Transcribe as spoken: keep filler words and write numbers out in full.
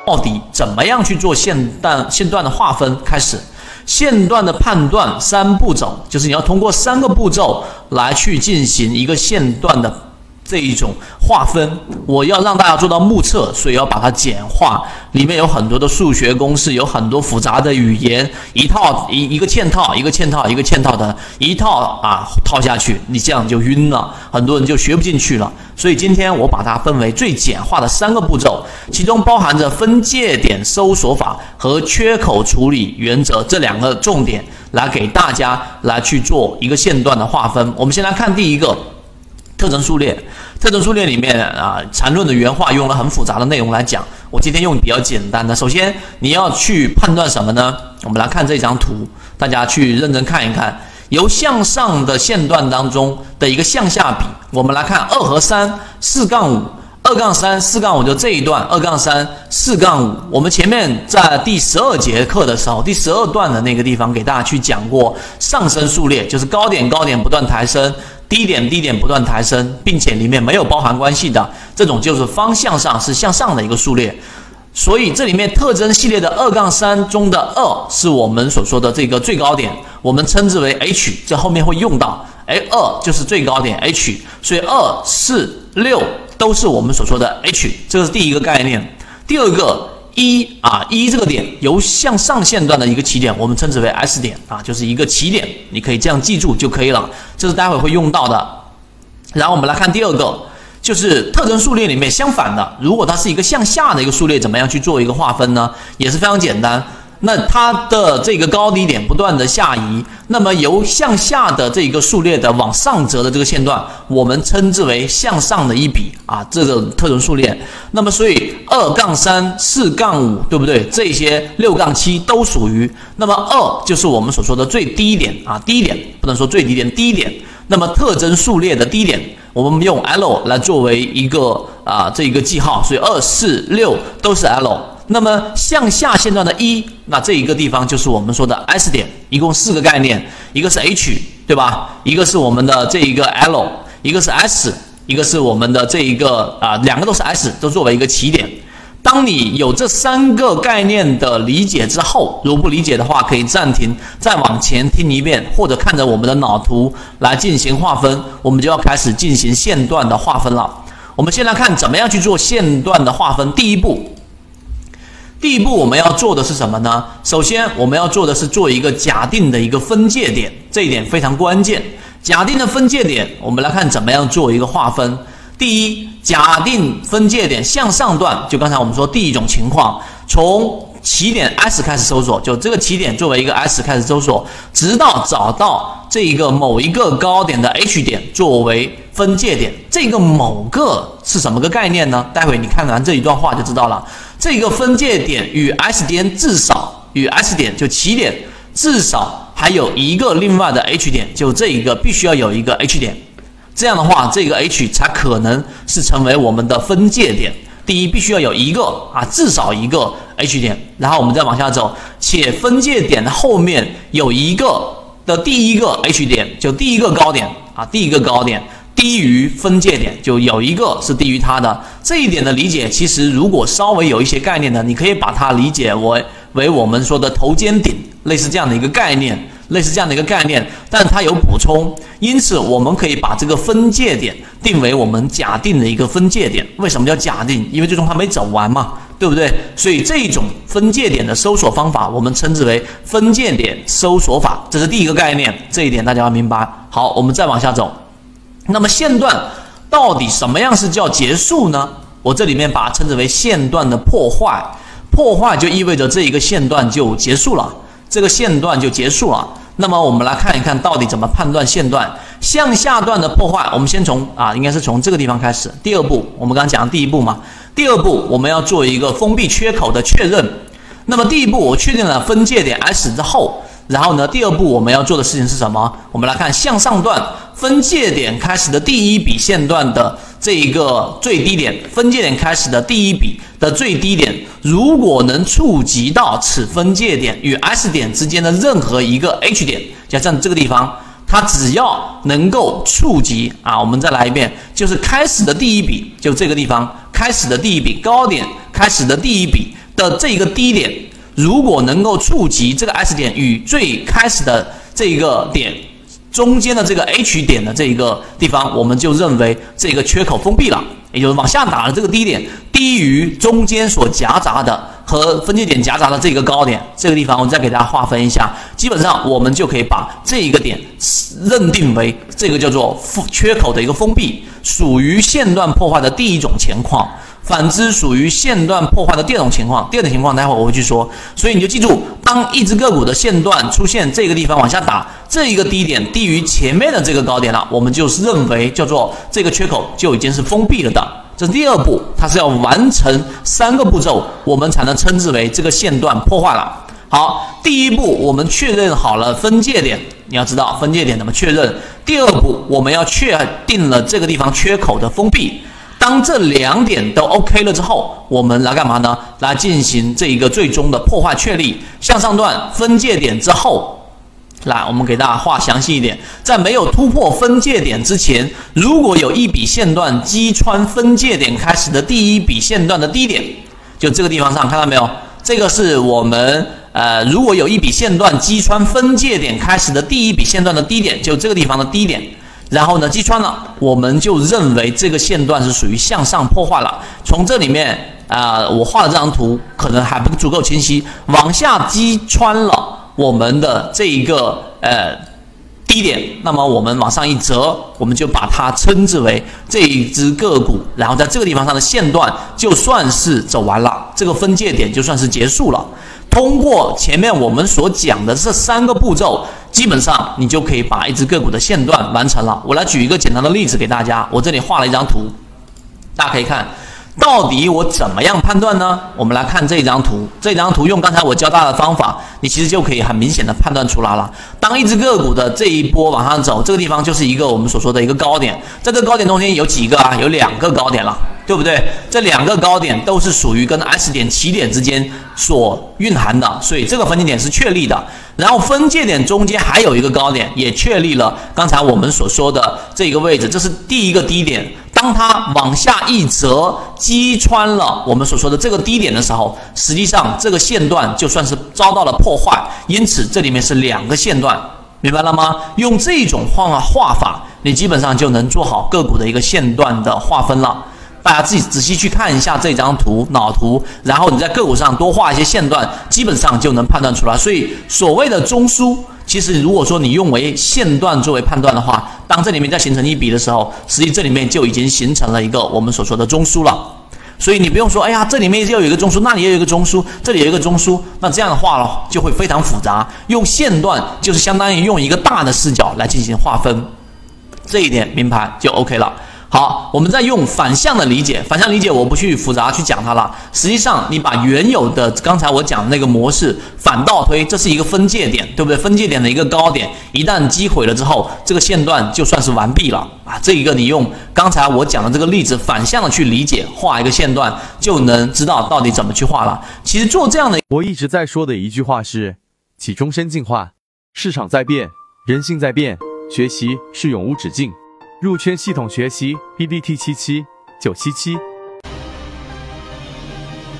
底怎么样去做线段线段的划分？开始，线段的判断三步骤，就是你要通过三个步骤来去进行一个线段的这一种划分。我要让大家做到目测，所以要把它简化，里面有很多的数学公式，有很多复杂的语言，一套一一个嵌套一个嵌套一个嵌套的一套啊套下去，你这样就晕了，很多人就学不进去了。所以今天我把它分为最简化的三个步骤，其中包含着分界点搜索法和缺口处理原则这两个重点，来给大家来去做一个线段的划分。我们先来看第一个特征数列。特征数列里面啊，缠论的原话用了很复杂的内容来讲，我今天用比较简单的。首先你要去判断什么呢？我们来看这张图，大家去认真看一看，由向上的线段当中的一个向下比，我们来看二和三，四杠五，二杠三，四杠五就这一段，二杠三，四杠五。我们前面在第十二节课的时候，第十二段的那个地方给大家去讲过上升数列，就是高点高点不断抬升，低点低点不断抬升，并且里面没有包含关系的，这种就是方向上是向上的一个数列。所以这里面特征系列的二杠三中的二是我们所说的这个最高点，我们称之为 H， 这后面会用到。哎，二就是最高点 H， 所以二、四、六都是我们所说的 H， 这个是第一个概念。第二个一啊一这个点由向上线段的一个起点，我们称之为 S 点啊，就是一个起点，你可以这样记住就可以了，这是待会会用到的。然后我们来看第二个，就是特征数列里面相反的，如果它是一个向下的一个数列，怎么样去做一个划分呢？也是非常简单。那它的这个高低点不断的下移，那么由向下的这个数列的往上折的这个线段，我们称之为向上的一笔啊，这个特征数列。那么所以二杠三、四杠五，对不对？这些六杠七都属于。那么二就是我们所说的最低点啊，低点不能说最低点，低点。那么特征数列的低点，我们用 L 来作为一个啊这一个记号，所以二、四、六都是 L。那么向下线段的一，那这一个地方就是我们说的 S 点，一共四个概念，一个是 H， 对吧？一个是我们的这一个 L， 一个是 S， 一个是我们的这一个啊，两个都是 S， 都作为一个起点。当你有这三个概念的理解之后，如果不理解的话，可以暂停，再往前听一遍，或者看着我们的脑图来进行划分。我们就要开始进行线段的划分了。我们先来看怎么样去做线段的划分。第一步。第一步我们要做的是什么呢？首先我们要做的是做一个假定的一个分界点，这一点非常关键。假定的分界点，我们来看怎么样做一个划分。第一，假定分界点向上段，就刚才我们说第一种情况，从起点 S 开始搜索，就这个起点作为一个 S 开始搜索，直到找到这一个某一个高点的 H 点作为分界点。这个某个是什么个概念呢？待会你看完这一段话就知道了。这个分界点与 S 点至少与 S 点就起点至少还有一个另外的 H 点，就这一个必须要有一个 H 点，这样的话这个 H 才可能是成为我们的分界点。第一，必须要有一个啊，至少一个 H 点，然后我们再往下走，且分界点的后面有一个的第一个 H 点，就第一个高点啊，第一个高点低于分界点，就有一个是低于它的。这一点的理解，其实如果稍微有一些概念的，你可以把它理解为为我们说的头肩顶，类似这样的一个概念。类似这样的一个概念，但它有补充，因此我们可以把这个分界点定为我们假定的一个分界点。为什么叫假定？因为最终它没走完嘛，对不对？所以这种分界点的搜索方法，我们称之为分界点搜索法，这是第一个概念，这一点大家要明白。好，我们再往下走。那么线段到底什么样是叫结束呢？我这里面把它称之为线段的破坏，破坏就意味着这一个线段就结束了。这个线段就结束了。那么我们来看一看到底怎么判断线段向下段的破坏。我们先从啊，应该是从这个地方开始。第二步，我们刚刚讲的第一步嘛。第二步我们要做一个封闭缺口的确认。那么第一步我确定了分界点 S 之后，然后呢，第二步我们要做的事情是什么？我们来看向上段分界点开始的第一笔线段的这一个最低点，分界点开始的第一笔的最低点，如果能触及到此分界点与 S 点之间的任何一个 H 点，就像这个地方，它只要能够触及啊，我们再来一遍，就是开始的第一笔，就这个地方开始的第一笔高点，开始的第一笔的这一个低点，如果能够触及这个 S 点与最开始的这一个点中间的这个 H 点的这一个地方，我们就认为这个缺口封闭了，也就是往下打的这个低点低于中间所夹杂的和分界点夹杂的这个高点，这个地方我再给大家划分一下，基本上我们就可以把这一个点认定为这个叫做缺口的一个封闭，属于线段破坏的第一种情况。反之，属于线段破坏的第二种情况。第二种情况，待会儿我会去说。所以你就记住，当一只个股的线段出现这个地方往下打，这一个低点低于前面的这个高点了，我们就认为叫做这个缺口就已经是封闭了的。这是第二步，它是要完成三个步骤，我们才能称之为这个线段破坏了。好，第一步我们确认好了分界点，你要知道分界点怎么确认。第二步，我们要确定了这个地方缺口的封闭。当这两点都 OK 了之后，我们来干嘛呢？来进行这一个最终的破坏确立。向上段分界点之后，来我们给大家画详细一点，在没有突破分界点之前，如果有一笔线段击穿分界点开始的第一笔线段的低点，就这个地方上看到没有？这个是我们呃，如果有一笔线段击穿分界点开始的第一笔线段的低点，就这个地方的低点。然后呢，击穿了，我们就认为这个线段是属于向上破坏了。从这里面啊、呃，我画的这张图可能还不足够清晰，往下击穿了我们的这一个呃低点，那么我们往上一折，我们就把它称之为这一只个股，然后在这个地方上的线段就算是走完了，这个分界点就算是结束了。通过前面我们所讲的这三个步骤，基本上你就可以把一只个股的线段完成了。我来举一个简单的例子给大家，我这里画了一张图，大家可以看，到底我怎么样判断呢？我们来看这张图，这张图用刚才我教大家的方法，你其实就可以很明显的判断出来了。当一只个股的这一波往上走，这个地方就是一个我们所说的一个高点，在这个高点中间有几个啊？有两个高点了。对不对？这两个高点都是属于跟 S 点起点之间所蕴含的，所以这个分界点是确立的。然后分界点中间还有一个高点，也确立了刚才我们所说的这个位置，这是第一个低点。当它往下一折，击穿了我们所说的这个低点的时候，实际上这个线段就算是遭到了破坏，因此这里面是两个线段，明白了吗？用这种画画法，你基本上就能做好个股的一个线段的划分了。大家自己仔细去看一下这张图脑图，然后你在个股上多画一些线段，基本上就能判断出来。所以所谓的中枢，其实如果说你用为线段作为判断的话，当这里面再形成一笔的时候，实际这里面就已经形成了一个我们所说的中枢了。所以你不用说，哎呀，这里面又有一个中枢，那里也有一个中枢，这里有一个中枢，那这样的话了就会非常复杂。用线段就是相当于用一个大的视角来进行划分，这一点明白就 OK 了。好，我们再用反向的理解，反向理解我不去复杂去讲它了。实际上，你把原有的刚才我讲的那个模式反倒推，这是一个分界点，对不对？分界点的一个高点，一旦击毁了之后，这个线段就算是完毕了啊。这一个你用刚才我讲的这个例子反向的去理解，画一个线段，就能知道到底怎么去画了。其实做这样的， 我一直在说的一句话是：其终身进化，市场在变，人性在变，学习是永无止境。入圈系统学习 B B T 七七九七七。